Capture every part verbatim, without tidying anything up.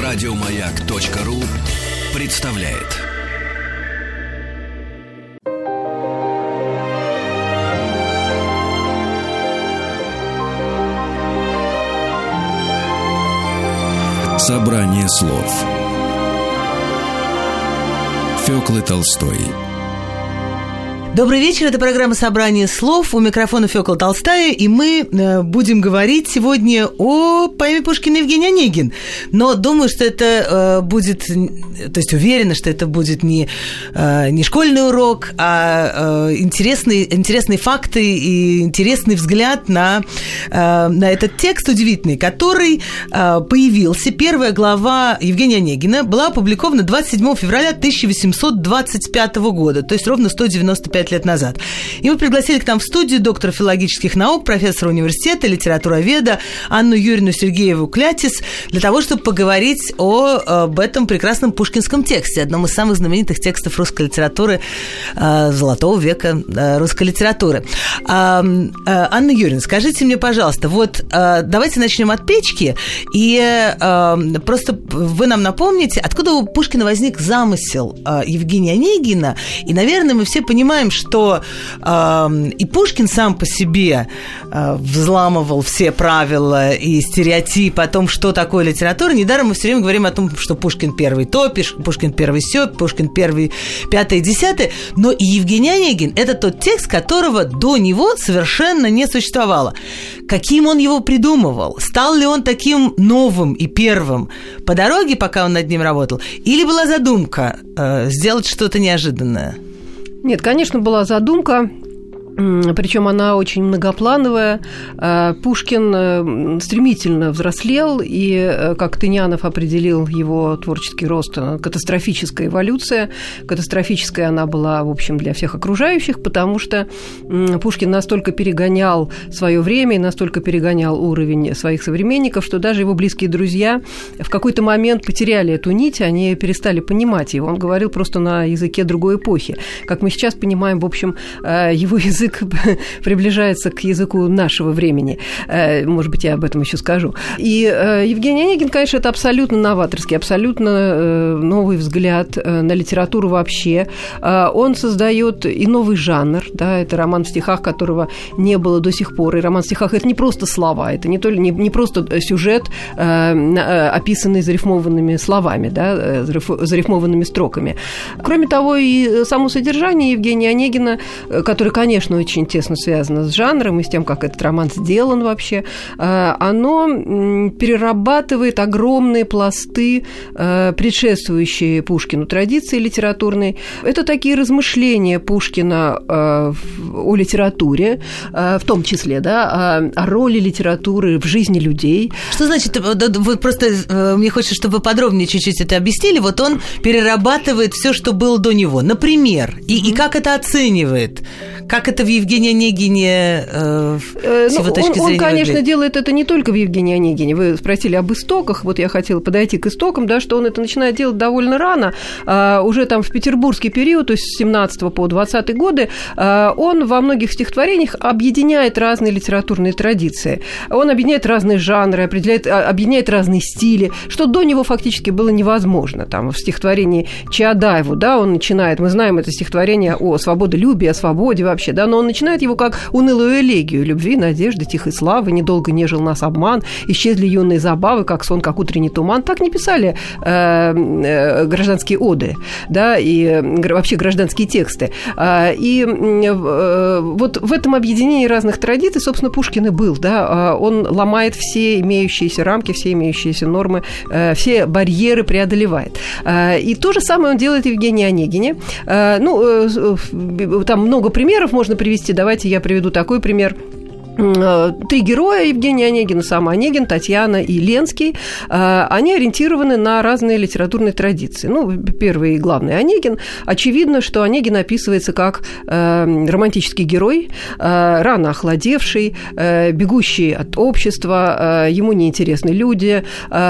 Радиомаяк.ру представляет. Собрание слов Фёклы Толстой. Добрый вечер, это программа «Собрание слов». У микрофона Фёкла Толстая, и мы э, будем говорить сегодня о поэме Пушкина «Евгений Онегин». Но думаю, что это э, будет, то есть уверена, что это будет не, э, не школьный урок, а э, интересные, интересные факты и интересный взгляд на, э, на этот текст удивительный, который э, появился. Первая глава Евгения Онегина была опубликована двадцать седьмого февраля тысяча восемьсот двадцать пятого года, то есть ровно сто девяносто пять лет назад. И мы пригласили к нам в студию доктора филологических наук, профессора университета, литературоведа Анну Юрьевну Сергееву-Клятис для того, чтобы поговорить о, об этом прекрасном пушкинском тексте, одном из самых знаменитых текстов русской литературы, золотого века русской литературы. Анна Юрьевна, скажите мне, пожалуйста, вот давайте начнем от печки, и просто вы нам напомните, откуда у Пушкина возник замысел Евгения Онегина, и, наверное, мы все понимаем, что э, и Пушкин сам по себе э, взламывал все правила и стереотипы о том, что такое литература. Недаром мы все время говорим о том, что Пушкин первый то, Пушкин первый сё, Пушкин первый пятое, десятое. Но и Евгений Онегин – это тот текст, которого до него совершенно не существовало. Каким он его придумывал? Стал ли он таким новым и первым по дороге, пока он над ним работал? Или была задумка э, сделать что-то неожиданное? Нет, конечно, была задумка, причем она очень многоплановая. Пушкин стремительно взрослел, и, как Тынянов определил его творческий рост, катастрофическая эволюция. Катастрофическая она была, в общем, для всех окружающих, потому что Пушкин настолько перегонял свое время и настолько перегонял уровень своих современников, что даже его близкие друзья в какой-то момент потеряли эту нить, они перестали понимать его. Он говорил просто на языке другой эпохи. Как мы сейчас понимаем, в общем, его язык приближается к языку нашего времени. Может быть, я об этом еще скажу. И Евгений Онегин, конечно, это абсолютно новаторский, абсолютно новый взгляд на литературу вообще. Он создает и новый жанр, да, это роман в стихах, которого не было до сих пор. И роман в стихах – это не просто слова, это не, то, не, не просто сюжет, описанный зарифмованными словами, да, зарифмованными строками. Кроме того, и само содержание Евгения Онегина, который, конечно, очень тесно связано с жанром и с тем, как этот роман сделан вообще, оно перерабатывает огромные пласты, предшествующие Пушкину традиции литературной. Это такие размышления Пушкина о литературе, в том числе, да, о роли литературы в жизни людей. Что значит, вы просто, мне хочется, чтобы вы подробнее чуть-чуть это объяснили, вот он перерабатывает все, что было до него, например, и, mm-hmm. и как это оценивает? Как это в Евгении Онегине э, с его ну, точки он, зрения? Он, конечно, выглядит? делает это не только в Евгении Онегине. Вы спросили об истоках. Вот я хотела подойти к истокам, да, что он это начинает делать довольно рано. А, уже там в петербургский период, то есть с семнадцатого по двадцатые годы, а, он во многих стихотворениях объединяет разные литературные традиции. Он объединяет разные жанры, определяет, объединяет разные стили, что до него фактически было невозможно. Там в стихотворении Чаадаеву, да, он начинает, мы знаем это стихотворение о свободолюбии, о свободе вообще, да, но он начинает его как унылую элегию любви, надежды, тихой славы, недолго нежил нас обман, исчезли юные забавы, как сон, как утренний туман. Так не писали э, э, гражданские оды, да, и э, вообще гражданские тексты. Э, и э, вот в этом объединении разных традиций, собственно, Пушкин и был, да, он ломает все имеющиеся рамки, все имеющиеся нормы, э, все барьеры преодолевает. Э, и то же самое он делает в Евгении Онегине. Э, ну, э, там много примеров можно привести. Давайте я приведу такой пример. Три героя Евгения Онегина, сам Онегин, Татьяна и Ленский, они ориентированы на разные литературные традиции. Ну, первый и главный Онегин. Очевидно, что Онегин описывается как романтический герой, рано охладевший, бегущий от общества, ему неинтересны люди,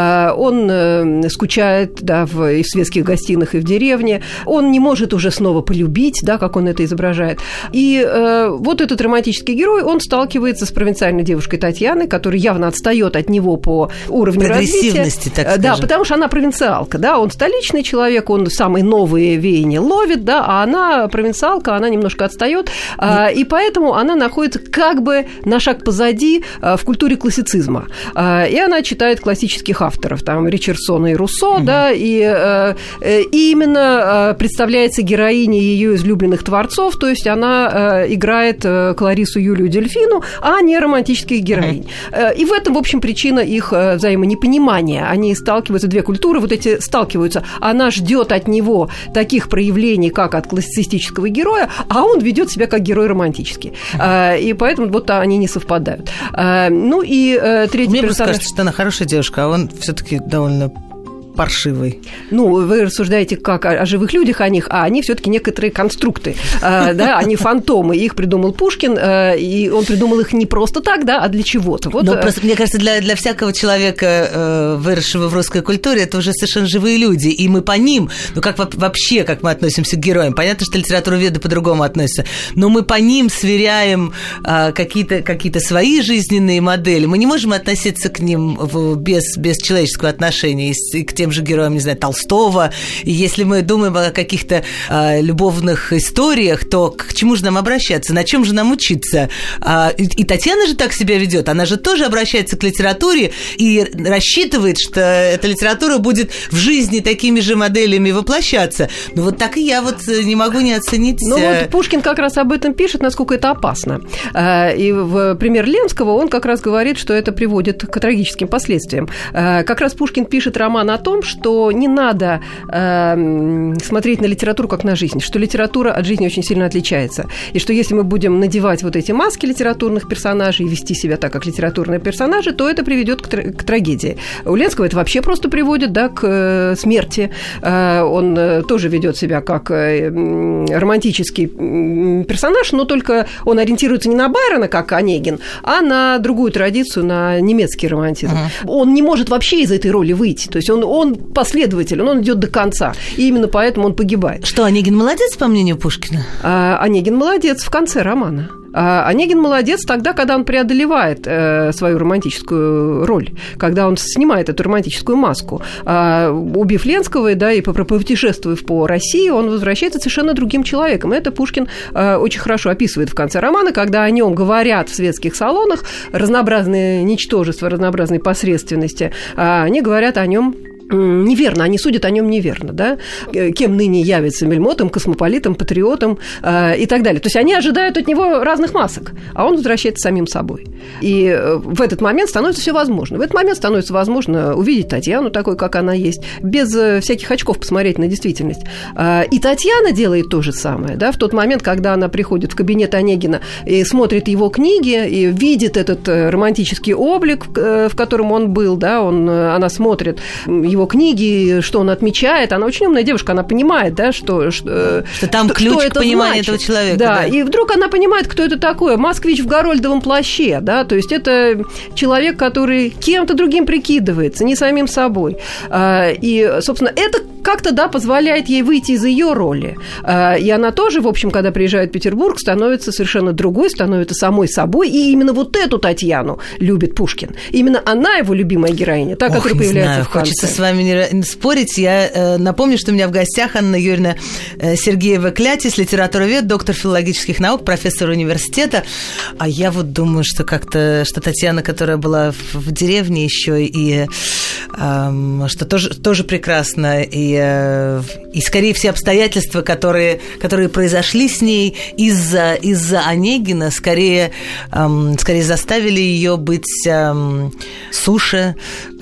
он скучает, да, в, и в светских гостиных, и в деревне, он не может уже снова полюбить, да, как он это изображает. И вот этот романтический герой, он сталкивается встречается с провинциальной девушкой Татьяной, которая явно отстает от него по уровню прогрессивности, развития. так скажем. Да, потому что она провинциалка, да, он столичный человек, он самые новые веяния ловит, да, а она провинциалка, она немножко отстает, и поэтому она находится как бы на шаг позади в культуре классицизма. И она читает классических авторов, там, Ричардсона и Руссо, угу. да, и, и именно представляется героиней ее излюбленных творцов, то есть она играет Кларису Юлию Дельфину, а не романтических героинь. Угу. И в этом, в общем, причина их взаимонепонимания. Они сталкиваются, две культуры вот эти сталкиваются. Она ждет от него таких проявлений, как от классицистического героя, а он ведет себя как герой романтический. Uh-huh. И поэтому вот они не совпадают. Ну и третий Мне персонаж... кажется, что она хорошая девушка, а он все-таки довольно паршивый. Ну, вы рассуждаете как о, о живых людях, о них, а они все-таки некоторые конструкты, э, да, они фантомы. Их придумал Пушкин, э, и он придумал их не просто так, да, а для чего-то. Вот, Но э... просто, мне кажется, для, для всякого человека, э, выросшего в русской культуре, это уже совершенно живые люди, и мы по ним, ну, как вообще, как мы относимся к героям. Понятно, что литературоведы по-другому относятся, но мы по ним сверяем э, какие-то, какие-то свои жизненные модели. Мы не можем относиться к ним в, без, без человеческого отношения, и к тем же героям, не знаю, Толстого. И если мы думаем о каких-то э, любовных историях, то к чему же нам обращаться? На чем же нам учиться? А, и, и Татьяна же так себя ведет. Она же тоже обращается к литературе и рассчитывает, что эта литература будет в жизни такими же моделями воплощаться. Ну вот так и я вот не могу не оценить. Ну вот Пушкин как раз об этом пишет, насколько это опасно. И в пример Ленского он как раз говорит, что это приводит к трагическим последствиям. Как раз Пушкин пишет роман о том, что не надо э, смотреть на литературу как на жизнь, что литература от жизни очень сильно отличается. И что если мы будем надевать вот эти маски литературных персонажей и вести себя так, как литературные персонажи, то это приведет к, тр- к трагедии. У Ленского это вообще просто приводит, да, к э, смерти. Э, он э, тоже ведет себя как э, романтический э, персонаж, но только он ориентируется не на Байрона, как Онегин, а на другую традицию, на немецкий романтизм. Uh-huh. Он не может вообще из этой роли выйти. То есть он, он последователен, он идет до конца. И именно поэтому он погибает. Что, Онегин молодец, по мнению Пушкина? А, Онегин молодец в конце романа. А Онегин молодец тогда, когда он преодолевает э, свою романтическую роль, когда он снимает эту романтическую маску. А, убив Ленского, да, и попутешествуя по России, он возвращается совершенно другим человеком. И это Пушкин э, очень хорошо описывает в конце романа, когда о нем говорят в светских салонах разнообразные ничтожества, разнообразные посредственности. А они говорят о нем неверно, они судят о нем неверно, да, кем ныне явится мельмотом, космополитом, патриотом э, и так далее. То есть они ожидают от него разных масок, а он возвращается самим собой. И в этот момент становится все возможно. В этот момент становится возможно увидеть Татьяну такой, как она есть, без всяких очков посмотреть на действительность. Э, и Татьяна делает то же самое, да, в тот момент, когда она приходит в кабинет Онегина и смотрит его книги, и видит этот романтический облик, в котором он был, да, он, она смотрит его его книги, что он отмечает. Она очень умная девушка, она понимает, да, что... Что, что там что, ключ что к пониманию этого человека. Да, да, и вдруг она понимает, кто это такой. Москвич в горольдовом плаще, да, то есть это человек, который кем-то другим прикидывается, не самим собой. И, собственно, это как-то, да, позволяет ей выйти из ее роли. И она тоже, в общем, когда приезжает в Петербург, становится совершенно другой, становится самой собой. И именно вот эту Татьяну любит Пушкин. Именно она его любимая героиня, та, Ох, которая появляется знаю, в конце. Хочется с вами не спорить. Я э, напомню, что у меня в гостях Анна Юрьевна э, Сергеева-Клятис, литературовед, доктор филологических наук, профессор университета. А я вот думаю, что как-то, что Татьяна, которая была в, в деревне еще, и э, что тоже, тоже прекрасно, и, э, и скорее все обстоятельства, которые, которые произошли с ней из-за, из-за Онегина, скорее, э, скорее заставили ее быть э, суше,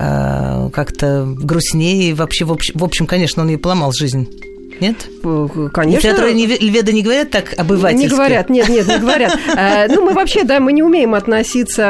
э, как-то грустнее. И вообще, в общем, в общем, конечно, он ей поломал жизнь. Нет? Конечно. Литературоведы не говорят так обывательски? Не говорят, нет, нет, не говорят. Ну, мы вообще, да, мы не умеем относиться,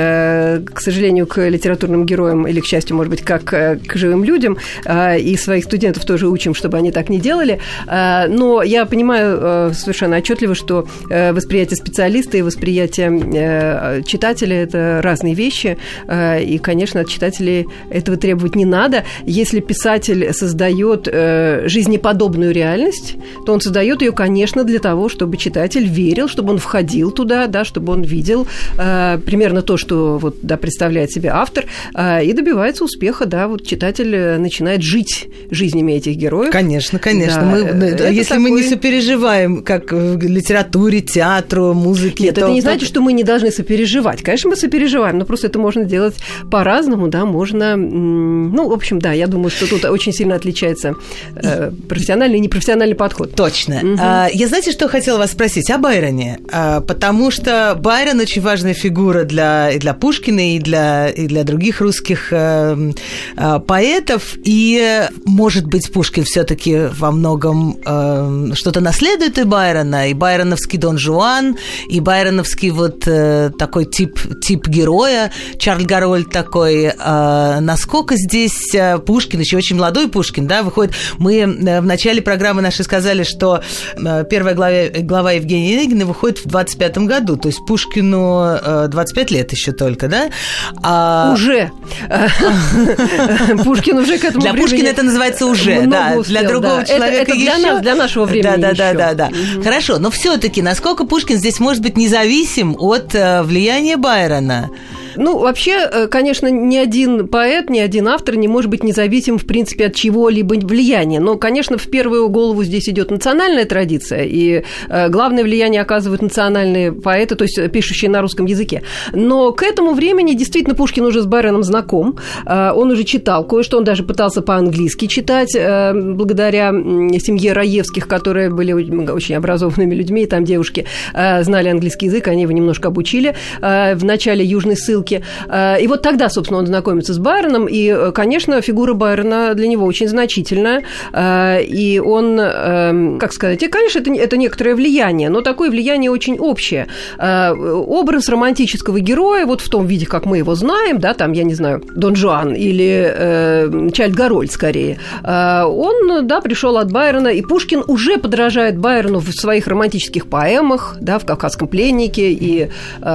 к сожалению, к литературным героям или, к счастью, может быть, как к живым людям, и своих студентов тоже учим, чтобы они так не делали. Но я понимаю совершенно отчетливо, что восприятие специалиста и восприятие читателя – это разные вещи, и, конечно, от читателей этого требовать не надо. Если писатель создает жизнеподобные подобную реальность, то он создает ее, конечно, для того, чтобы читатель верил, чтобы он входил туда, да, чтобы он видел э, примерно то, что вот, да, представляет себе автор, э, и добивается успеха, да, вот читатель начинает жить жизнями этих героев. Конечно, конечно. Да, мы, если такой... мы не сопереживаем, как в литературе, театру, музыке... Нет, то, это не то... значит, что мы не должны сопереживать. Конечно, мы сопереживаем, но просто это можно делать по-разному, да, можно... Ну, в общем, да, я думаю, что тут очень сильно отличается э, профессиональный и непрофессиональный подход. Точно. Угу. А, я, знаете, что хотела вас спросить? О Байроне. А, потому что Байрон очень важная фигура для, и для Пушкина, и для, и для других русских а, а, поэтов. И, может быть, Пушкин все-таки во многом а, что-то наследует и Байрона, и байроновский Дон Жуан, и байроновский вот а, такой тип, тип героя, Чарльз Гарольд такой. А, насколько здесь Пушкин, еще очень молодой Пушкин, да, выходит. Мы в начале программы нашей сказали, что первая глава, глава Евгения Онегина выходит в двадцать пятом году, то есть Пушкину двадцать пять лет еще только, да? А... Уже. Пушкин уже к этому Для времени Пушкина это называется уже, да. Успел, для другого да. человека это, это еще. Для нас, для нашего времени да, да, еще. Да, да, да, да. Угу. Хорошо, но все-таки насколько Пушкин здесь может быть независим от влияния Байрона? Ну, вообще, конечно, ни один поэт, ни один автор не может быть независим, в принципе, от чего-либо влияния. Но, конечно, в первую голову здесь идет национальная традиция, и главное влияние оказывают национальные поэты, то есть пишущие на русском языке. Но к этому времени действительно Пушкин уже с Байроном знаком, он уже читал кое-что, он даже пытался по-английски читать, благодаря семье Раевских, которые были очень образованными людьми, и там девушки знали английский язык, они его немножко обучили в начале «Южной ссылки». И вот тогда, собственно, он знакомится с Байроном, и, конечно, фигура Байрона для него очень значительная, и он, как сказать, и, конечно, это, это некоторое влияние, но такое влияние очень общее. Образ романтического героя, вот в том виде, как мы его знаем, да, там, я не знаю, Дон Жуан или Чарльз Гарольд, скорее, он, да, пришел от Байрона, и Пушкин уже подражает Байрону в своих романтических поэмах, да, в «Кавказском пленнике» и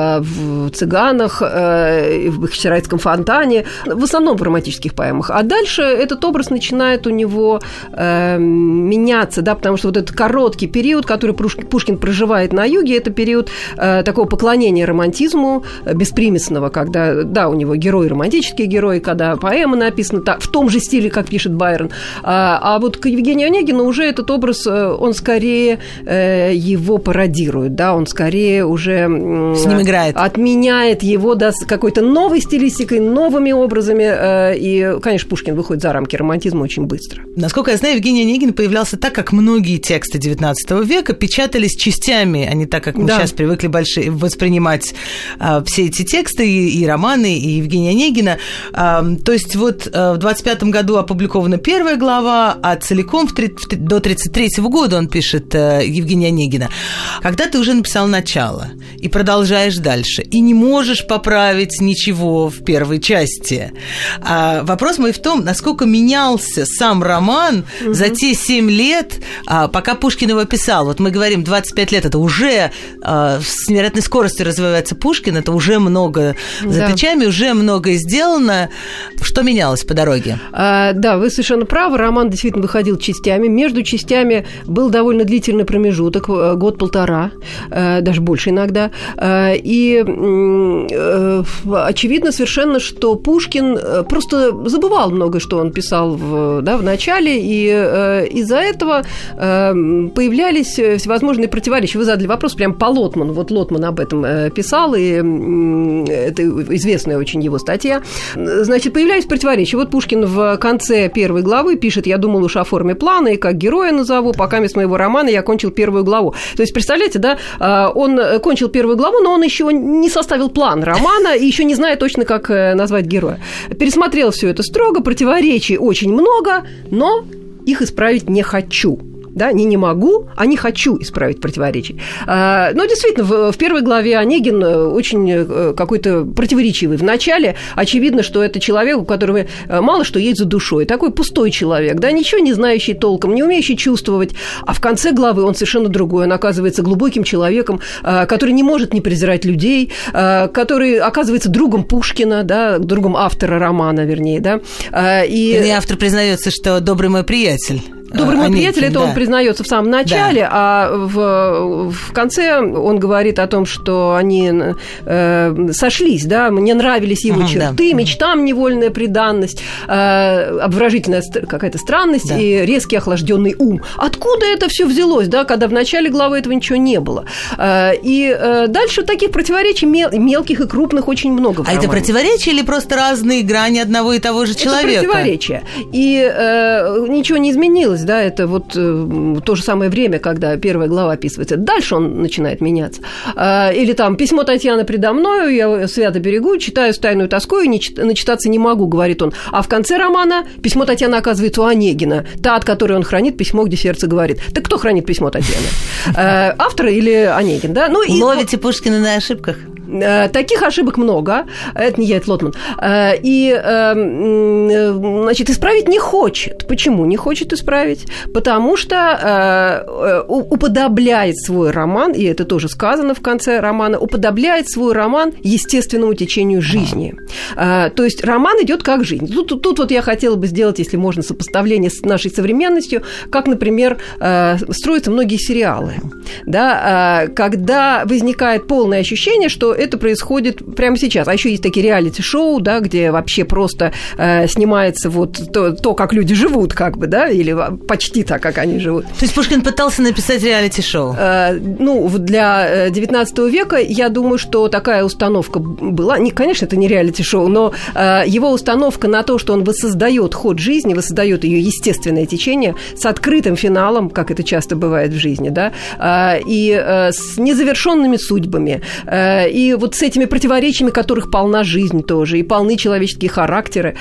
в «Цыганах», в «Бахчисарайском фонтане», в основном в романтических поэмах. А дальше этот образ начинает у него э, меняться, да, потому что вот этот короткий период, который Пушкин проживает на юге, это период э, такого поклонения романтизму беспримесного, когда, да, у него герой, романтический герой, когда поэма написана так, в том же стиле, как пишет Байрон. А, а вот к Евгению Онегину уже этот образ, он скорее э, его пародирует, да, он скорее уже э, с ним играет, отменяет его, да, какой-то новой стилистикой, новыми образами. И, конечно, Пушкин выходит за рамки романтизма очень быстро. Насколько я знаю, Евгений Онегин появлялся так, как многие тексты девятнадцатого века печатались частями, а не так, как мы да. сейчас привыкли большие, воспринимать а, все эти тексты, и, и романы, и Евгения Онегина. А, то есть вот а, в двадцать пятом году опубликована первая глава, а целиком в три, в, до тридцать третьего года он пишет а, Евгения Онегина. Когда ты уже написал начало и продолжаешь дальше, и не можешь поправить ничего в первой части. А вопрос мой в том, насколько менялся сам роман угу. за те семь лет, а, пока Пушкин его писал. Вот мы говорим, двадцать пять лет, это уже а, с невероятной скоростью развивается Пушкин, это уже много да. за плечами, уже многое сделано. Что менялось по дороге? А, да, вы совершенно правы, роман действительно выходил частями. Между частями был довольно длительный промежуток, год-полтора, даже больше иногда. И очевидно совершенно, что Пушкин просто забывал много, что он писал в, да, в начале, и э, из-за этого э, появлялись всевозможные противоречия. Вы задали вопрос прямо по Лотману. Вот Лотман об этом э, писал, и э, это известная очень его статья. Значит, появлялись противоречия. Вот Пушкин в конце первой главы пишет: «Я думал уж о форме плана, и как героя назову, пока с моего романа я кончил первую главу». То есть, представляете, да, он кончил первую главу, но он еще не составил план романа, и еще не знаю точно, как назвать героя. Пересмотрел все это строго, противоречий очень много, но их исправить не хочу. Да, не не могу, а не хочу исправить противоречий. Но действительно, в, в первой главе Онегин очень какой-то противоречивый. В начале очевидно, что это человек, у которого мало что есть за душой. Такой пустой человек, да, ничего не знающий толком, не умеющий чувствовать. А в конце главы он совершенно другой. Он оказывается глубоким человеком, который не может не презирать людей, который оказывается другом Пушкина, да, другом автора романа, вернее. Да. И... И автор признается, что добрый мой приятель. Добрый мой приятель, это да. он признается в самом начале, да. а в, в конце он говорит о том, что они э, сошлись, да, мне нравились его uh-huh, черты, да. мечтам невольная преданность, э, обворожительная какая-то странность да. и резкий охлажденный ум. Откуда это все взялось, да, когда в начале главы этого ничего не было? Э, и э, дальше таких противоречий мел- мелких и крупных очень много. А это противоречия или просто разные грани одного и того же человека? Это противоречия. И э, ничего не изменилось. Да, это вот э, то же самое время, когда первая глава описывается. Дальше он начинает меняться. Э, или там «Письмо Татьяны предо мною, я свято берегу, читаю с тайную тоскою, не чит- начитаться не могу», говорит он. А в конце романа письмо Татьяны оказывается у Онегина, та, от которой он хранит письмо, где сердце говорит. Так кто хранит письмо Татьяны? Э, автор или Онегин? Да? Ну, и... Ловите Пушкина на ошибках? Таких ошибок много. Это не я, это Лотман. И, значит, исправить не хочет. Почему не хочет исправить? Потому что уподобляет свой роман, и это тоже сказано в конце романа, уподобляет свой роман естественному течению жизни. То есть роман идет как жизнь. Тут, тут вот я хотела бы сделать, если можно, сопоставление с нашей современностью, как, например, строятся многие сериалы. Да? Когда возникает полное ощущение, что это происходит прямо сейчас. А еще есть такие реалити-шоу, да, где вообще просто э, снимается вот то, то, как люди живут, как бы, да, или почти так, как они живут. То есть Пушкин пытался написать реалити-шоу? Э, ну, для девятнадцатого века, я думаю, что такая установка была. Не, конечно, это не реалити-шоу, но э, его установка на то, что он воссоздает ход жизни, воссоздает ее естественное течение с открытым финалом, как это часто бывает в жизни, да, э, и э, с незавершенными судьбами, э, и вот с этими противоречиями, которых полна жизнь тоже, и полны человеческие характеры.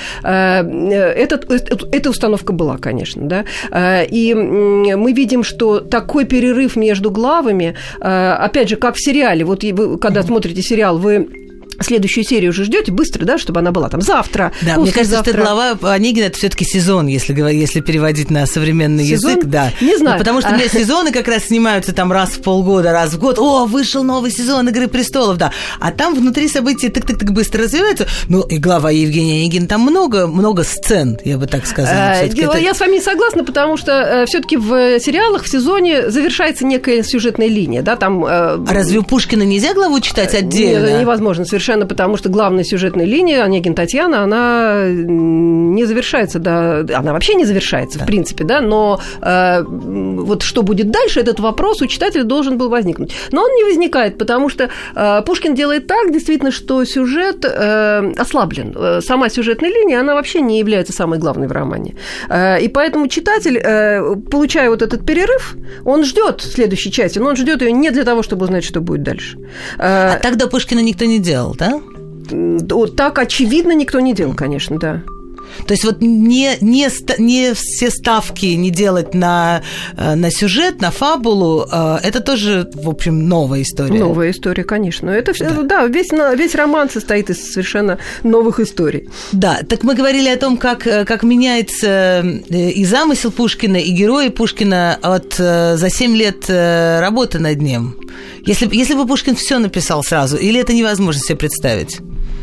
Это, эта установка была, конечно, да. И мы видим, что такой перерыв между главами, опять же, как в сериале, вот вы, когда смотрите сериал, вы следующую серию уже ждете быстро, да, чтобы она была там завтра. Да, мне кажется, что глава Онегина это все-таки сезон, если, если переводить на современный сезон? язык, да. Не знаю. Ну, потому что мне сезоны как раз снимаются там раз в полгода, раз в год. О, вышел новый сезон «Игры престолов», да. А там внутри события так-так-так быстро развиваются. Ну, и глава Евгения Онегина, там много, много сцен, я бы так сказала. А, дело, это... Я с вами не согласна, потому что все-таки в сериалах, в сезоне завершается некая сюжетная линия, да, там... А разве у Пушкина нельзя главу читать отдельно? Нет, невозможно совершенно. Потому что главная сюжетная линия Онегин Татьяна, она не завершается, да, она вообще не завершается, да. в принципе, да, но э, вот что будет дальше, этот вопрос у читателя должен был возникнуть. Но он не возникает, потому что э, Пушкин делает так, действительно, что сюжет э, ослаблен. Сама сюжетная линия, она вообще не является самой главной в романе. Э, и поэтому читатель, э, получая вот этот перерыв, он ждет следующей части, но он ждет ее не для того, чтобы узнать, что будет дальше. Э, а тогда Пушкина никто не делал, да? Вот так очевидно никто не делал, конечно, да. То есть вот не, не, не все ставки не делать на, на сюжет, на фабулу, это тоже, в общем, новая история. Новая история, конечно. Это, да, да весь, весь роман состоит из совершенно новых историй. Да, так мы говорили о том, как, как меняется и замысел Пушкина, и герои Пушкина от, за семь лет работы над ним. Если, если бы Пушкин все написал сразу, или это невозможно себе представить?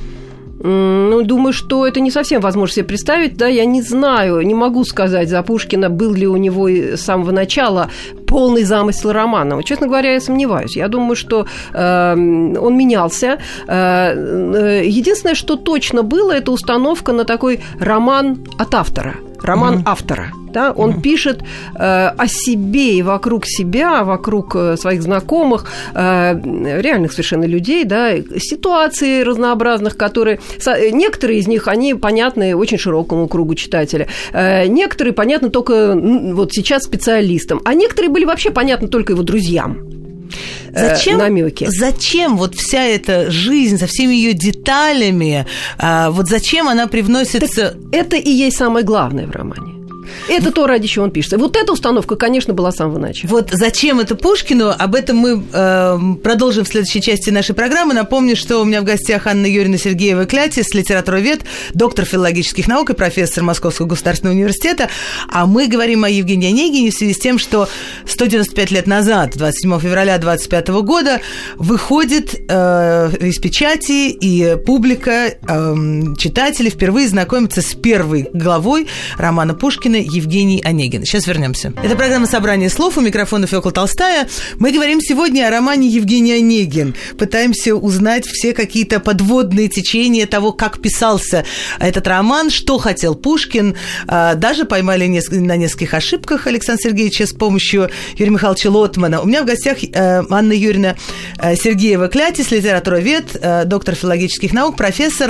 Ну, думаю, что это не совсем возможно себе представить, да, я не знаю, не могу сказать за Пушкина, был ли у него с самого начала полный замысел романа. Честно говоря, я сомневаюсь. Я думаю, что э, он менялся. Э, единственное, что точно было, это установка на такой роман от автора, роман mm-hmm. автора. Да? Он mm-hmm. пишет э, о себе и вокруг себя, вокруг э, своих знакомых, э, реальных совершенно людей, да, ситуаций разнообразных, которые... Некоторые из них, они понятны очень широкому кругу читателя. Э, некоторые понятны только вот сейчас специалистам. А некоторые были вообще понятны только его друзьям. Зачем, намеки. Зачем вот вся эта жизнь со всеми ее деталями, э, вот зачем она привносится... Так это и есть самое главное в романе. Это то, ради чего он пишет. Вот эта установка, конечно, была с самого начала. Вот зачем это Пушкину? Об этом мы э, продолжим в следующей части нашей программы. Напомню, что у меня в гостях Анна Юрьевна Сергеева-Клятис, литературовед, доктор филологических наук и профессор Московского государственного университета. А мы говорим о Евгении Онегине в связи с тем, что сто девяносто пять лет назад, двадцать седьмого февраля двадцать пятого года, выходит э, из печати, и публика, э, читатели впервые знакомятся с первой главой романа Пушкина Пушкина Евгений Онегин. Сейчас вернемся. Это программа «Собрание слов». У микрофона Фёкла Толстая. Мы говорим сегодня о романе Евгений Онегин. Пытаемся узнать все какие-то подводные течения того, как писался этот роман, что хотел Пушкин. Даже поймали на нескольких ошибках Александра Сергеевича с помощью Юрия Михайловича Лотмана. У меня в гостях Анна Юрьевна Сергеева-Клятис, литературовед, доктор филологических наук, профессор.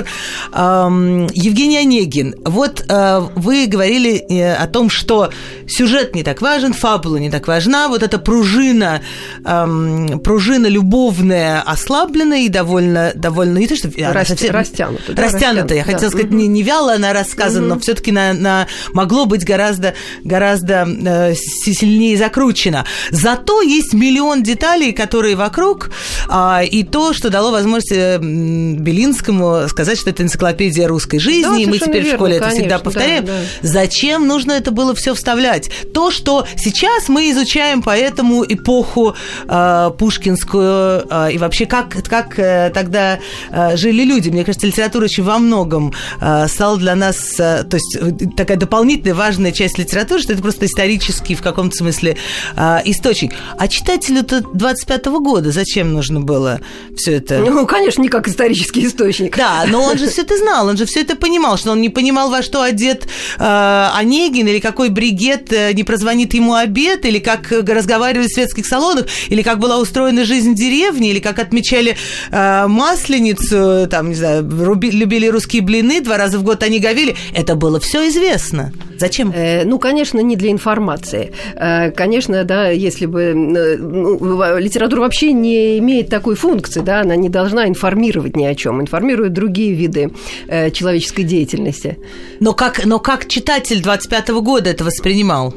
Евгений Онегин. Вот вы говорили о том, что сюжет не так важен, фабула не так важна, вот эта пружина, эм, пружина любовная ослаблена и довольно, довольно не то, что... Раст, совсем, растянута. Да, растянута, я да. хотела сказать, угу. не, не вяло она рассказана, угу. но все-таки на, на, могло быть гораздо, гораздо э, сильнее закручено. Зато есть миллион деталей, которые вокруг, э, и то, что дало возможность э, Белинскому сказать, что это энциклопедия русской жизни, да, и мы теперь верно, в школе конечно, это всегда повторяем. Да, да. Зачем нужно это было все вставлять? То, что сейчас мы изучаем по этому эпоху э, пушкинскую, э, и вообще как, как э, тогда э, жили люди. Мне кажется, литература очень во многом э, стала для нас, э, то есть такая дополнительная важная часть литературы, что это просто исторический в каком-то смысле э, источник. А читателю-то двадцать пятого года зачем нужно было все это? Ну, конечно, не как исторический источник. Да, но он же все это знал, он же все это понимал, что он не понимал, во что одет э, Онегин, или какой бригет э, не прозвонит ему обед, или как разговаривали в светских салонах, или как была устроена жизнь в деревне, или как отмечали э, Масленицу, там, не знаю, руби, любили русские блины, два раза в год они говели. Это было все известно. Зачем? Э, ну, конечно, не для информации. Э, конечно, да, если бы... Э, ну, литература вообще не имеет такой функции, да, она не должна информировать ни о чем, информирует другие виды э, человеческой деятельности. Но как, но как читатель двадцать пятого года это воспринимал?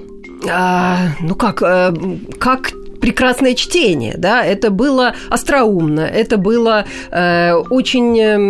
А, ну как, а, как прекрасное чтение, да, это было остроумно, это было э, очень, э,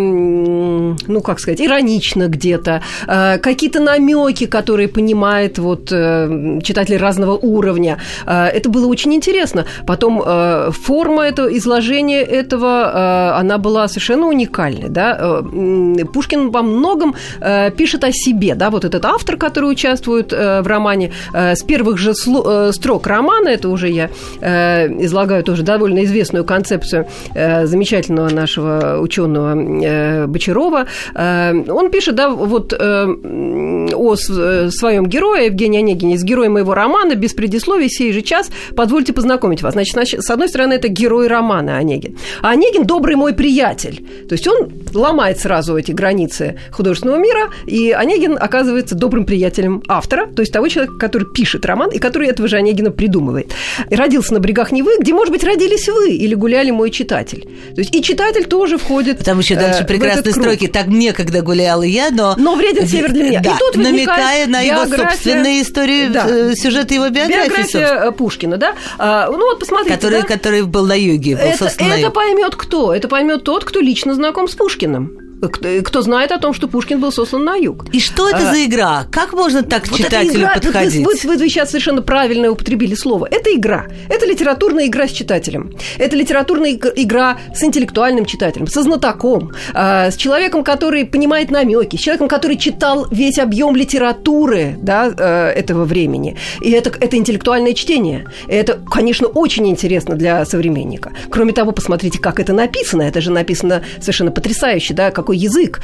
ну, как сказать, иронично где-то, э, какие-то намеки, которые понимает вот э, читатель разного уровня, э, это было очень интересно. Потом э, форма этого изложения этого, э, она была совершенно уникальной, да. Э, Пушкин во многом э, пишет о себе, да, вот этот автор, который участвует э, в романе, э, с первых же сло- э, строк романа, это уже я излагаю тоже довольно известную концепцию замечательного нашего ученого Бочарова. Он пишет, да, вот о своем герое Евгении Онегине, с героем моего романа, без предисловий, сей же час, позвольте познакомить вас. Значит, с одной стороны, это герой романа Онегин. А Онегин – добрый мой приятель. То есть он ломает сразу эти границы художественного мира, и Онегин оказывается добрым приятелем автора, то есть того человека, который пишет роман, и который этого же Онегина придумывает. И родился на берегах Невы, где, может быть, родились вы или гуляли мой читатель. То есть и читатель тоже входит. Там еще дальше э, прекрасные строки. Так мне, когда гуляла я, но... Но вреден север для меня. Да, и тут намекая на его собственную историю, да, сюжет его биографии. Биография собственно. Пушкина, да. А, ну вот посмотрите. Который, да? который был на юге. Был, это это поймет кто? Это поймет тот, кто лично знаком с Пушкиным. Кто, кто знает о том, что Пушкин был сослан на юг. И что это а, за игра? Как можно так к вот читателю игра, подходить? Вы, вы, вы сейчас совершенно правильно употребили слово. Это игра. Это литературная игра с читателем. Это литературная игра с интеллектуальным читателем, со знатоком, с человеком, который понимает намеки, с человеком, который читал весь объем литературы, да, этого времени. И это, это интеллектуальное чтение. И это, конечно, очень интересно для современника. Кроме того, посмотрите, как это написано. Это же написано совершенно потрясающе, да, как язык.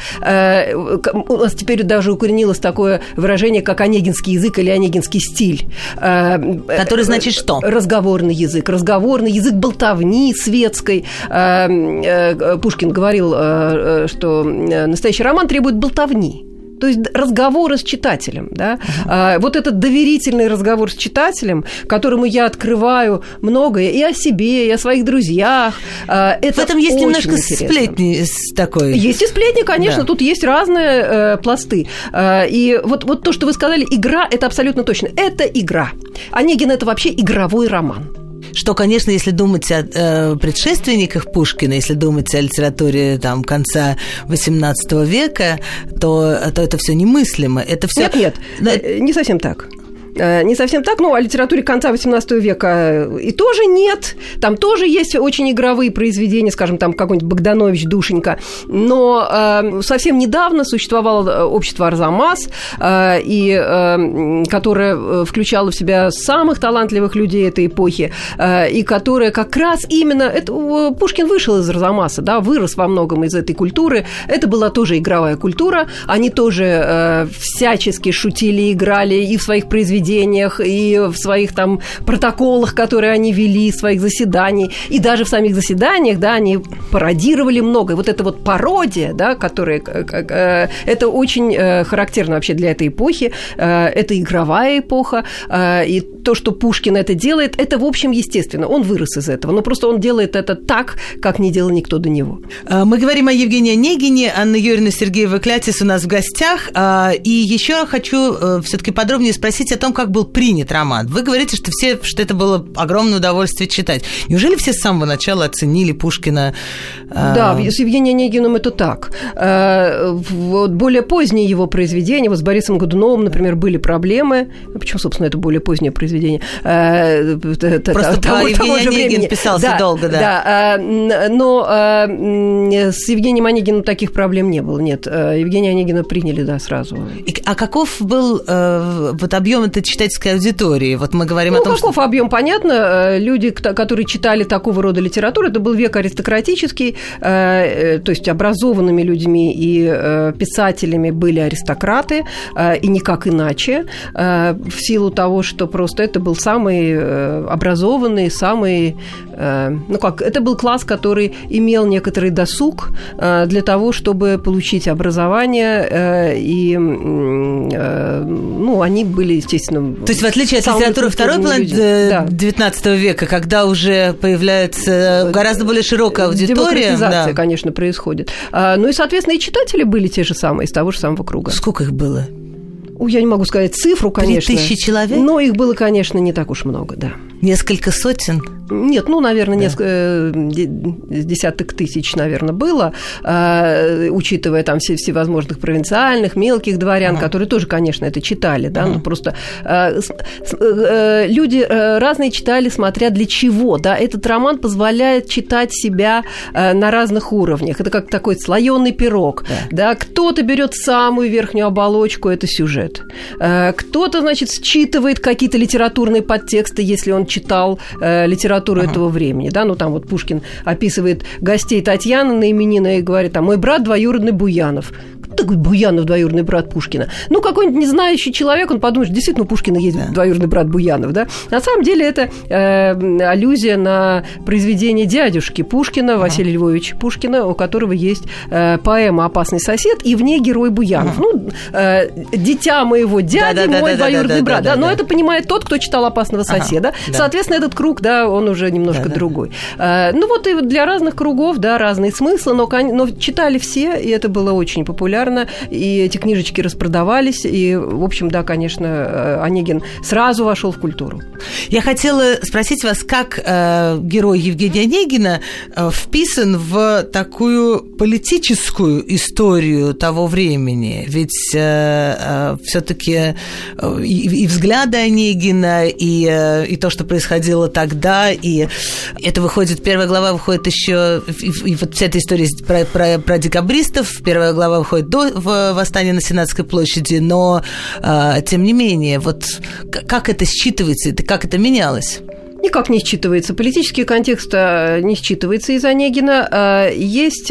У нас теперь даже укоренилось такое выражение, как онегинский язык или онегинский стиль. Который значит что? Разговорный язык. Разговорный язык болтовни светской. Пушкин говорил, что настоящий роман требует болтовни. То есть разговоры с читателем, да? Uh-huh. а, вот этот доверительный разговор с читателем, которому я открываю многое и о себе, и о своих друзьях. А, это в этом есть немножко интересно. Сплетни такой. Есть и сплетни, конечно, да. Тут есть разные э, пласты. А, и вот, вот то, что вы сказали, игра, это абсолютно точно. Это игра. Онегин – это вообще игровой роман. Что, конечно, если думать о э, предшественниках Пушкина, если думать о литературе там, конца восемнадцатого века, то, то это все немыслимо. Это всё... Нет, нет, да. не совсем так. не совсем так. Ну, о литературе конца восемнадцатого века и тоже нет. Там тоже есть очень игровые произведения, скажем, там какой-нибудь Богданович, Душенька. Но э, совсем недавно существовало общество «Арзамас», э, и, э, которое включало в себя самых талантливых людей этой эпохи, э, и которое как раз именно... Это, Пушкин вышел из «Арзамаса», да, вырос во многом из этой культуры. Это была тоже игровая культура. Они тоже э, всячески шутили, играли и в своих произведениях, и в своих там протоколах, которые они вели, своих заседаний. И даже в самих заседаниях, да, они пародировали много. И вот эта вот пародия, да, которая... Э, это очень э, характерно вообще для этой эпохи. Э, это игровая эпоха. Э, и то, что Пушкин это делает, это, в общем, естественно. Он вырос из этого. Но просто он делает это так, как не делал никто до него. Мы говорим о Евгении Онегине. Анна Юрьевна Сергеева-Клятис у нас в гостях. И еще хочу все-таки подробнее спросить о том, как был принят роман. Вы говорите, что, все, что это было огромное удовольствие читать. Неужели все с самого начала оценили Пушкина? Да, с Евгением Онегиным это так. Вот более поздние его произведения, вот с Борисом Годуновым, например, были проблемы. Почему, собственно, это более позднее произведение? Просто того, Евгений Онегин времени. Писался да, долго, да. Да, но с Евгением Онегиным таких проблем не было, нет. Евгения Онегина приняли, да, сразу. И, а каков был э, вот объем этой читательской аудитории? Вот мы говорим ну, о том, каков что... объем, понятно. Люди, которые читали такого рода литературу, это был век аристократический, э, то есть образованными людьми и э, писателями были аристократы, э, и никак иначе, э, в силу того, что просто это был самый э, образованный, самый... Э, ну как, это был класс, который имел некоторый досуг э, для того, чтобы получить образование, э, и э, ну, они были, естественно... То есть, в отличие от литературы второй половины девятнадцатого века, когда уже появляется гораздо более широкая аудитория... Демократизация, да. Конечно, происходит. А, ну и, соответственно, и читатели были те же самые, из того же самого круга. Сколько их было? Ой, я не могу сказать цифру, конечно. Три тысячи человек? Но их было, конечно, не так уж много, да. Несколько сотен? Нет, ну, наверное, да. несколько десяток тысяч, наверное, было, э, учитывая там все, всевозможных провинциальных, мелких дворян, ага. которые тоже, конечно, это читали, да, ага. ну, просто э, э, люди э, разные читали, смотря для чего, да, этот роман позволяет читать себя э, на разных уровнях, это как такой слоёный пирог, да, да? Кто-то берет самую верхнюю оболочку, это сюжет, э, кто-то, значит, считывает какие-то литературные подтексты, если он читал э, литературу ага. этого времени, да, ну там вот Пушкин описывает гостей Татьяны на именины и говорит, там, мой брат двоюродный Буянов. Кто такой Буянов, двоюродный брат Пушкина? Ну, какой-нибудь незнающий человек, он подумает, что действительно у Пушкина есть да. двоюродный брат Буянов, да? На самом деле это э, аллюзия на произведение дядюшки Пушкина, ага. Василия Львовича Пушкина, у которого есть э, поэма «Опасный сосед», и в ней герой Буянов. Ага. Ну, э, дитя моего дяди, да, да, мой да, двоюродный да, брат, да, да, да, да, но да. это понимает тот, кто читал «Опасного соседа». Ага. Да. Соответственно, этот круг, да, он уже немножко да, другой. Да. Э, ну, вот и для разных кругов, да, разные смыслы, но, но читали все, и это было очень популярно. И эти книжечки распродавались, и, в общем, да, конечно, Онегин сразу вошел в культуру. Я хотела спросить вас, как э, герой Евгения Онегина э, вписан в такую политическую историю того времени? Ведь э, э, все-таки э, и, и взгляды Онегина, и, э, и то, что происходило тогда, и это выходит, первая глава выходит еще, и, и вот вся эта история про, про, про декабристов, первая глава выходит до в восстание на Сенатской площади, но, э, тем не менее, вот как это считывается, как это менялось? Никак не считывается. Политический контекст не считывается из Онегина. Есть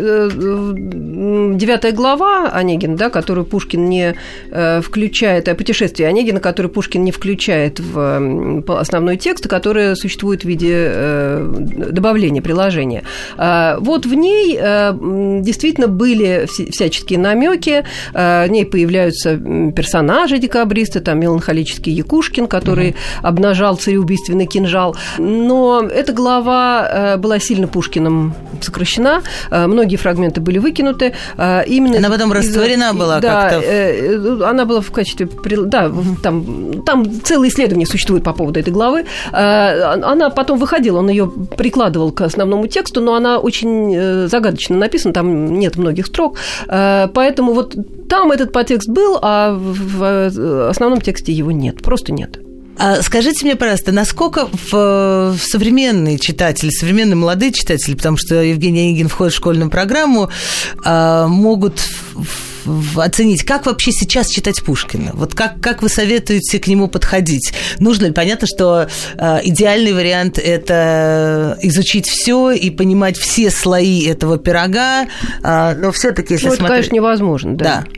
девятая глава Онегина, да, которую Пушкин не включает, а путешествие Онегина, которое Пушкин не включает в основной текст, который существует в виде добавления, приложения. Вот в ней действительно были всяческие намеки, в ней появляются персонажи декабристы, там меланхолический Якушкин, который угу. обнажал цареубийственный кино, кинжал. Но эта глава была сильно Пушкиным сокращена, многие фрагменты были выкинуты. Именно она потом растворена была да, как-то. Она была в качестве... Да, там, там целое исследование существует по поводу этой главы. Она потом выходила, он ее прикладывал к основному тексту, но она очень загадочно написана, там нет многих строк. Поэтому вот там этот подтекст был, а в основном тексте его нет, просто нет. А скажите мне, пожалуйста, насколько в, в современные читатели, современные молодые читатели, потому что Евгений Онегин входит в школьную программу, а, могут в, в, оценить, как вообще сейчас читать Пушкина? Вот как, как вы советуете к нему подходить? Нужно ли? Понятно, что а, идеальный вариант – это изучить все и понимать все слои этого пирога, а, но все-таки, если ну, смотреть... это, конечно, невозможно, да. Да.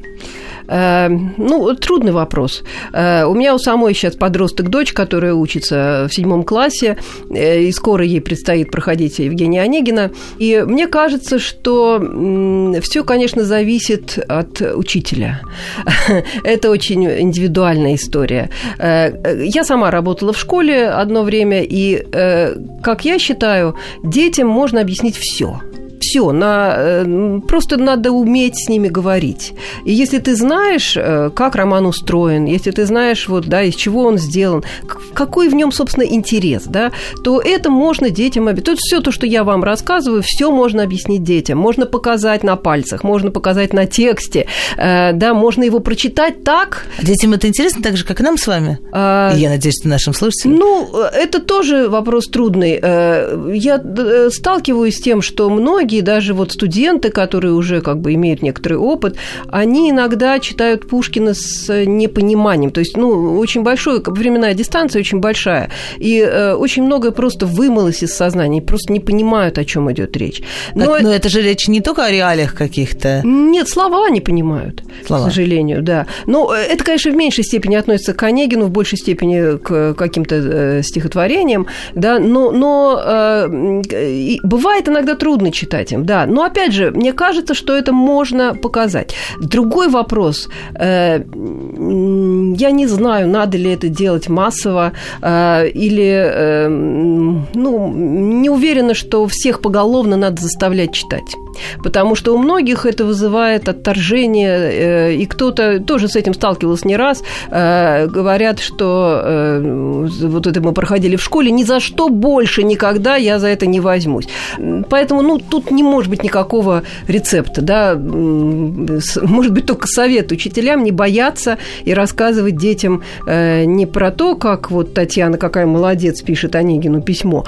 Ну, трудный вопрос. У меня у самой сейчас подросток дочь, которая учится в седьмом классе, и скоро ей предстоит проходить Евгения Онегина. И мне кажется, что все, конечно, зависит от учителя. Это очень индивидуальная история. Я сама работала в школе одно время, и, как я считаю, детям можно объяснить все. Все, на, просто надо уметь с ними говорить. И если ты знаешь, как роман устроен, если ты знаешь, вот, да, из чего он сделан, какой в нем, собственно, интерес, да, то это можно детям объяснить. Все то, что я вам рассказываю, все можно объяснить детям. Можно показать на пальцах, можно показать на тексте, да, можно его прочитать так. Детям это интересно так же, как и нам с вами? А... Я надеюсь, что нашим слушателям. Ну, это тоже вопрос трудный. Я сталкиваюсь с тем, что многие даже вот студенты, которые уже как бы имеют некоторый опыт, они иногда читают Пушкина с непониманием. То есть, ну, очень большая временная дистанция, очень большая. И э, очень многое просто вымылось из сознания, просто не понимают, о чем идет речь. Но, Но это же речь не только о реалиях каких-то. Нет, слова не понимают, слова. К сожалению, да. Но это, конечно, в меньшей степени относится к Онегину, в большей степени к каким-то стихотворениям, да, но, но э, бывает иногда трудно читать. Да, но опять же, мне кажется, что это можно показать. Другой вопрос. Я не знаю, надо ли это делать массово, или, ну, не уверена, что всех поголовно надо заставлять читать. Потому что у многих это вызывает отторжение, и кто-то тоже с этим сталкивался не раз, говорят, что вот это мы проходили в школе, ни за что больше никогда я за это не возьмусь. Поэтому, ну, тут не может быть никакого рецепта, да, может быть, только совет учителям не бояться и рассказывать детям не про то, как вот Татьяна, какая молодец, пишет Онегину письмо,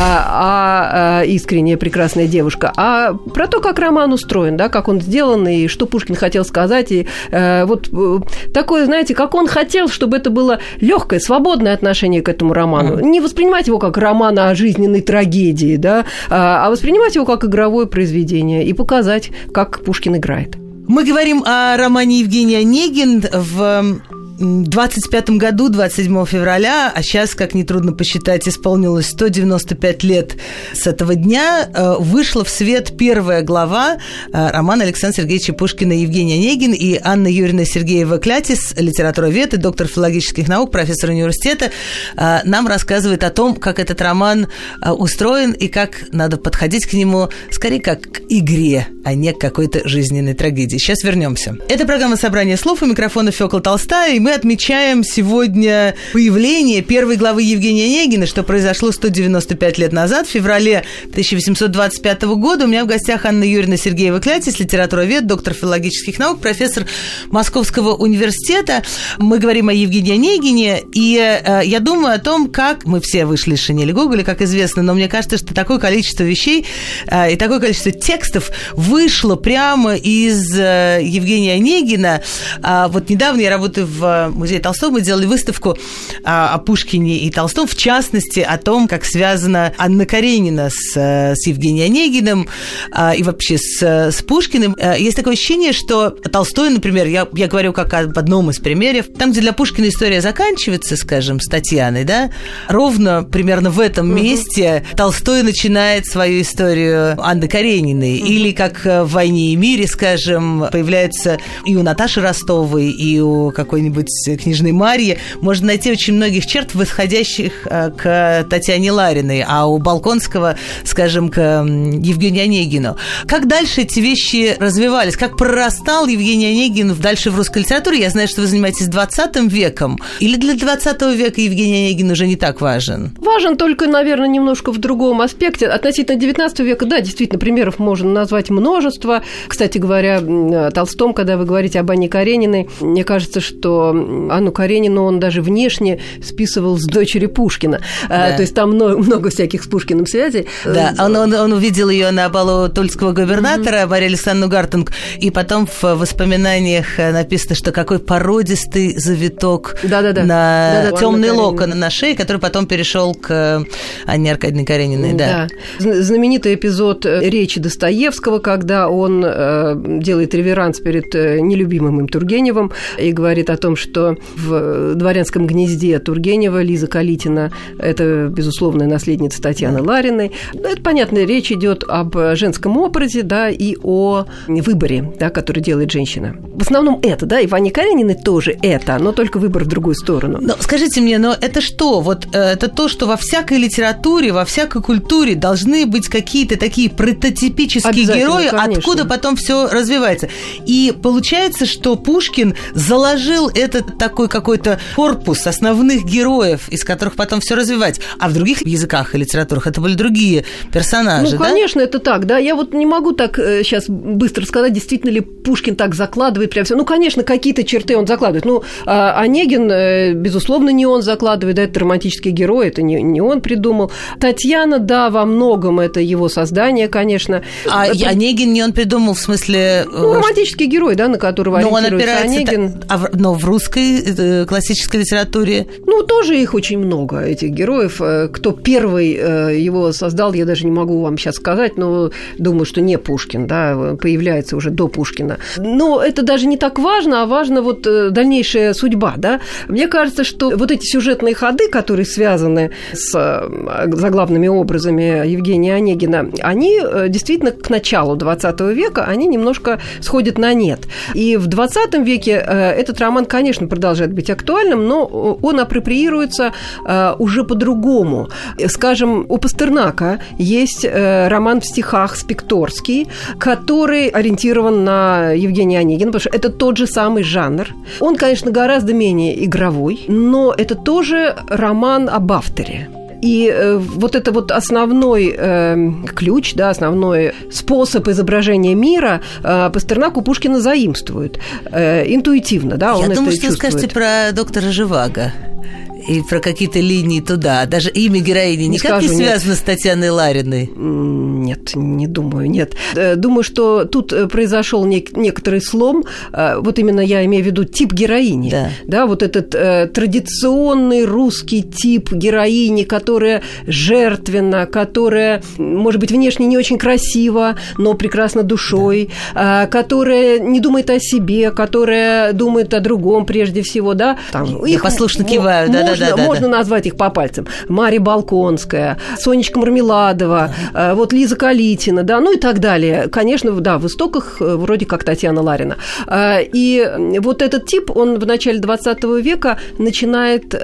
а, а искренняя прекрасная девушка, а про то, как роман устроен, да, как он сделан, и что Пушкин хотел сказать, и э, вот э, такое, знаете, как он хотел, чтобы это было легкое, свободное отношение к этому роману. Mm-hmm. Не воспринимать его как роман о жизненной трагедии, да, а, а воспринимать его как игровое произведение и показать, как Пушкин играет. Мы говорим о романе Евгений Онегин в двадцать пятом году, двадцать седьмого февраля, а сейчас, как нетрудно посчитать, исполнилось сто девяносто пять лет с этого дня, вышла в свет первая глава романа Александра Сергеевича Пушкина «Евгений Онегин», и Анна Юрьевна Сергеева-Клятис, литературовед и доктор филологических наук, профессор университета, нам рассказывает о том, как этот роман устроен и как надо подходить к нему скорее как к игре, а не к какой-то жизненной трагедии. Сейчас вернемся. Это программа «Собрание слов», у микрофона Фёкла Толстая, и мы отмечаем сегодня появление первой главы Евгения Онегина, что произошло сто девяносто пять лет назад, в феврале тысяча восемьсот двадцать пятого года. У меня в гостях Анна Юрьевна Сергеева-Клятис, литературовед, доктор филологических наук, профессор Московского университета. Мы говорим о Евгении Онегине, и э, я думаю о том, как мы все вышли из шинели Гоголя, как известно, но мне кажется, что такое количество вещей э, и такое количество текстов вышло прямо из э, Евгения Онегина. А вот недавно я работаю в музее Толстого, мы делали выставку о Пушкине и Толстом, в частности, о том, как связана Анна Каренина с, с Евгением Онегиным и вообще с, с Пушкиным. Есть такое ощущение, что Толстой, например, я, я говорю как об одном из примеров, там, где для Пушкина история заканчивается, скажем, с Татьяной, да, ровно примерно в этом uh-huh. месте Толстой начинает свою историю Анны Карениной. Uh-huh. Или как в «Войне и мире», скажем, появляется и у Наташи Ростовой, и у какой-нибудь быть, княжны Марьи, можно найти очень многих черт, восходящих к Татьяне Лариной, а у Болконского, скажем, к Евгению Онегину. Как дальше эти вещи развивались? Как прорастал Евгений Онегин дальше в русской литературе? Я знаю, что вы занимаетесь двадцатым веком. Или для двадцатого века Евгений Онегин уже не так важен? Важен только, наверное, немножко в другом аспекте. Относительно девятнадцатого века, да, действительно, примеров можно назвать множество. Кстати говоря, о Толстом, когда вы говорите об Анне Карениной, мне кажется, что Анну Каренину он даже внешне списывал с дочери Пушкина. Да. То есть там много, много всяких с Пушкиным связей. Да, он, он, он увидел ее на балу тульского губернатора, mm-hmm. Марию Александровну Гартунг, и потом в воспоминаниях написано, что какой породистый завиток Да-да-да. на Да-да, темный локон на шее, который потом перешел к Анне Аркадьевне Карениной. Да. Да. Знаменитый эпизод речи Достоевского, когда он э, делает реверанс перед нелюбимым им Тургеневым и говорит о том, что в «Дворянском гнезде» Тургенева Лиза Калитина – это, безусловная наследница Татьяны Лариной. Это, понятно, речь идет об женском образе, да, и о выборе, да, который делает женщина. В основном это, да, и в Анне Карениной тоже это, но только выбор в другую сторону. Но скажите мне, но это что? Вот это то, что во всякой литературе, во всякой культуре должны быть какие-то такие прототипические герои, конечно. Откуда потом все развивается. И получается, что Пушкин заложил этот такой какой-то корпус основных героев, из которых потом все развивать. А в других языках и литературах это были другие персонажи, Ну, да? конечно, это так, да. Я вот не могу так сейчас быстро сказать, действительно ли Пушкин так закладывает прям все. Ну, конечно, какие-то черты он закладывает. Ну, Онегин, безусловно, не он закладывает, да, это романтический герой, это не, не он придумал. Татьяна, да, во многом это его создание, конечно. А это... Онегин не он придумал, в смысле... Ну, романтический герой, да, на которого но ориентируется он Онегин. А в... Но в русской классической литературе... Ну, тоже их очень много, этих героев. Кто первый его создал, я даже не могу вам сейчас сказать, но думаю, что не Пушкин, да, появляется уже до Пушкина. Но это даже не так важно, а важно вот дальнейшая судьба, да. Мне кажется, что вот эти сюжетные ходы, которые связаны с заглавными образами Евгения Онегина, они действительно к началу двадцатого века, они немножко сходят на нет. И в двадцатом веке этот роман, конечно, продолжает быть актуальным, но он апроприируется уже по-другому. Скажем, у Пастернака есть роман в стихах «Спекторский», который ориентирован на Евгения Онегина, потому что это тот же самый жанр. Он, конечно, гораздо менее игровой, но это тоже роман об авторе. И э, вот это вот основной э, ключ, да, основной способ изображения мира э, Пастернак у Пушкина заимствует э, интуитивно, да, он Я это думаю, что чувствует. Вы скажете про доктора Живаго. И про какие-то линии туда. Даже имя героини не никак скажу, не связано нет. с Татьяной Лариной. Нет, не думаю, нет. Думаю, что тут произошел нек- некоторый слом. Вот именно я имею в виду тип героини. Да, да вот этот э, традиционный русский тип героини, которая жертвенна, которая, может быть, внешне не очень красива, но прекрасна душой, да. э, которая не думает о себе, которая думает о другом прежде всего, да. Там, я их послушно киваю, да, можно, да, да, можно да. назвать их по пальцам. Марья Болконская, Сонечка Мармеладова, ага. вот Лиза Калитина, да, ну и так далее. Конечно, да, в истоках вроде как Татьяна Ларина. И вот этот тип, он в начале двадцатого века начинает,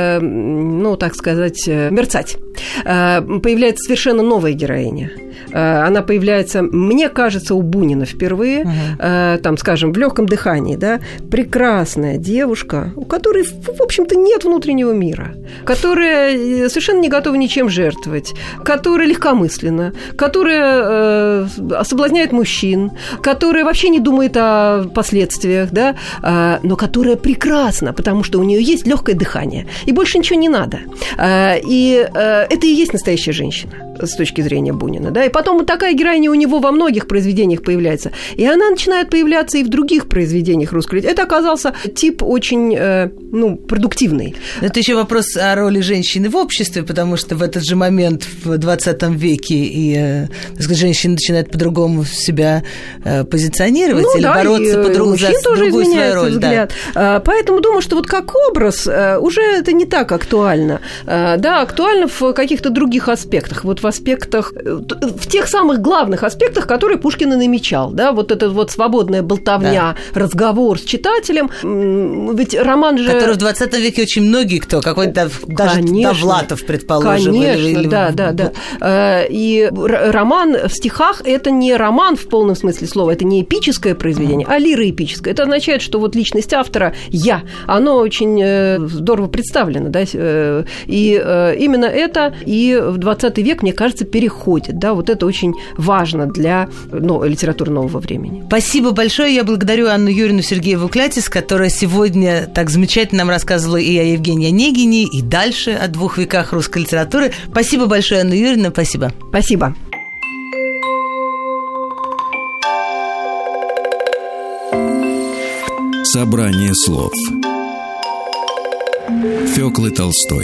ну, так сказать, мерцать. Появляется совершенно новая героиня. Она появляется, мне кажется, у Бунина впервые, uh-huh. там, скажем, в «Легком дыхании», да, прекрасная девушка, у которой, в общем-то, нет внутреннего мира, которая совершенно не готова ничем жертвовать, которая легкомысленна, которая э, соблазняет мужчин, которая вообще не думает о последствиях, да, э, но которая прекрасна, потому что у нее есть легкое дыхание, и больше ничего не надо. Э, и э, это и есть настоящая женщина с точки зрения Бунина, да, и потом такая героиня у него во многих произведениях появляется, и она начинает появляться и в других произведениях русской литературы. Это оказался тип очень, э, ну, продуктивный. Это еще вопрос о роли женщины в обществе, потому что в этот же момент в двадцатом веке и, э, так сказать, женщина начинает по-другому себя э, позиционировать, ну, или да, бороться по другому за другую свою роль. Взгляд. Да. Поэтому думаю, что вот как образ э, уже это не так актуально. Э, да, актуально в каких-то других аспектах. Вот в аспектах, в в тех самых главных аспектах, которые Пушкин и намечал, да, вот эта вот свободная болтовня, да. разговор с читателем, ведь роман же... Который в двадцатом веке очень многие кто, какой-то даже Довлатов, предположим. Конечно, или, или... да, да, да. И роман в стихах – это не роман в полном смысле слова, это не эпическое произведение, а лироэпическое. Это означает, что вот личность автора «я», оно очень здорово представлено, да, и именно это и в двадцатый век, мне кажется, переходит, да, вот это очень важно для ну, литературы нового времени. Спасибо большое. Я благодарю Анну Юрьевну Сергееву-Клятис, которая сегодня так замечательно нам рассказывала и о Евгении Онегине, и дальше о двух веках русской литературы. Спасибо большое, Анна Юрьевна, спасибо. Спасибо. Собрание слов Фёклы Толстой.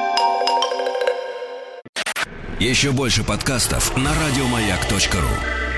Еще больше подкастов на радиомаяк точка ру.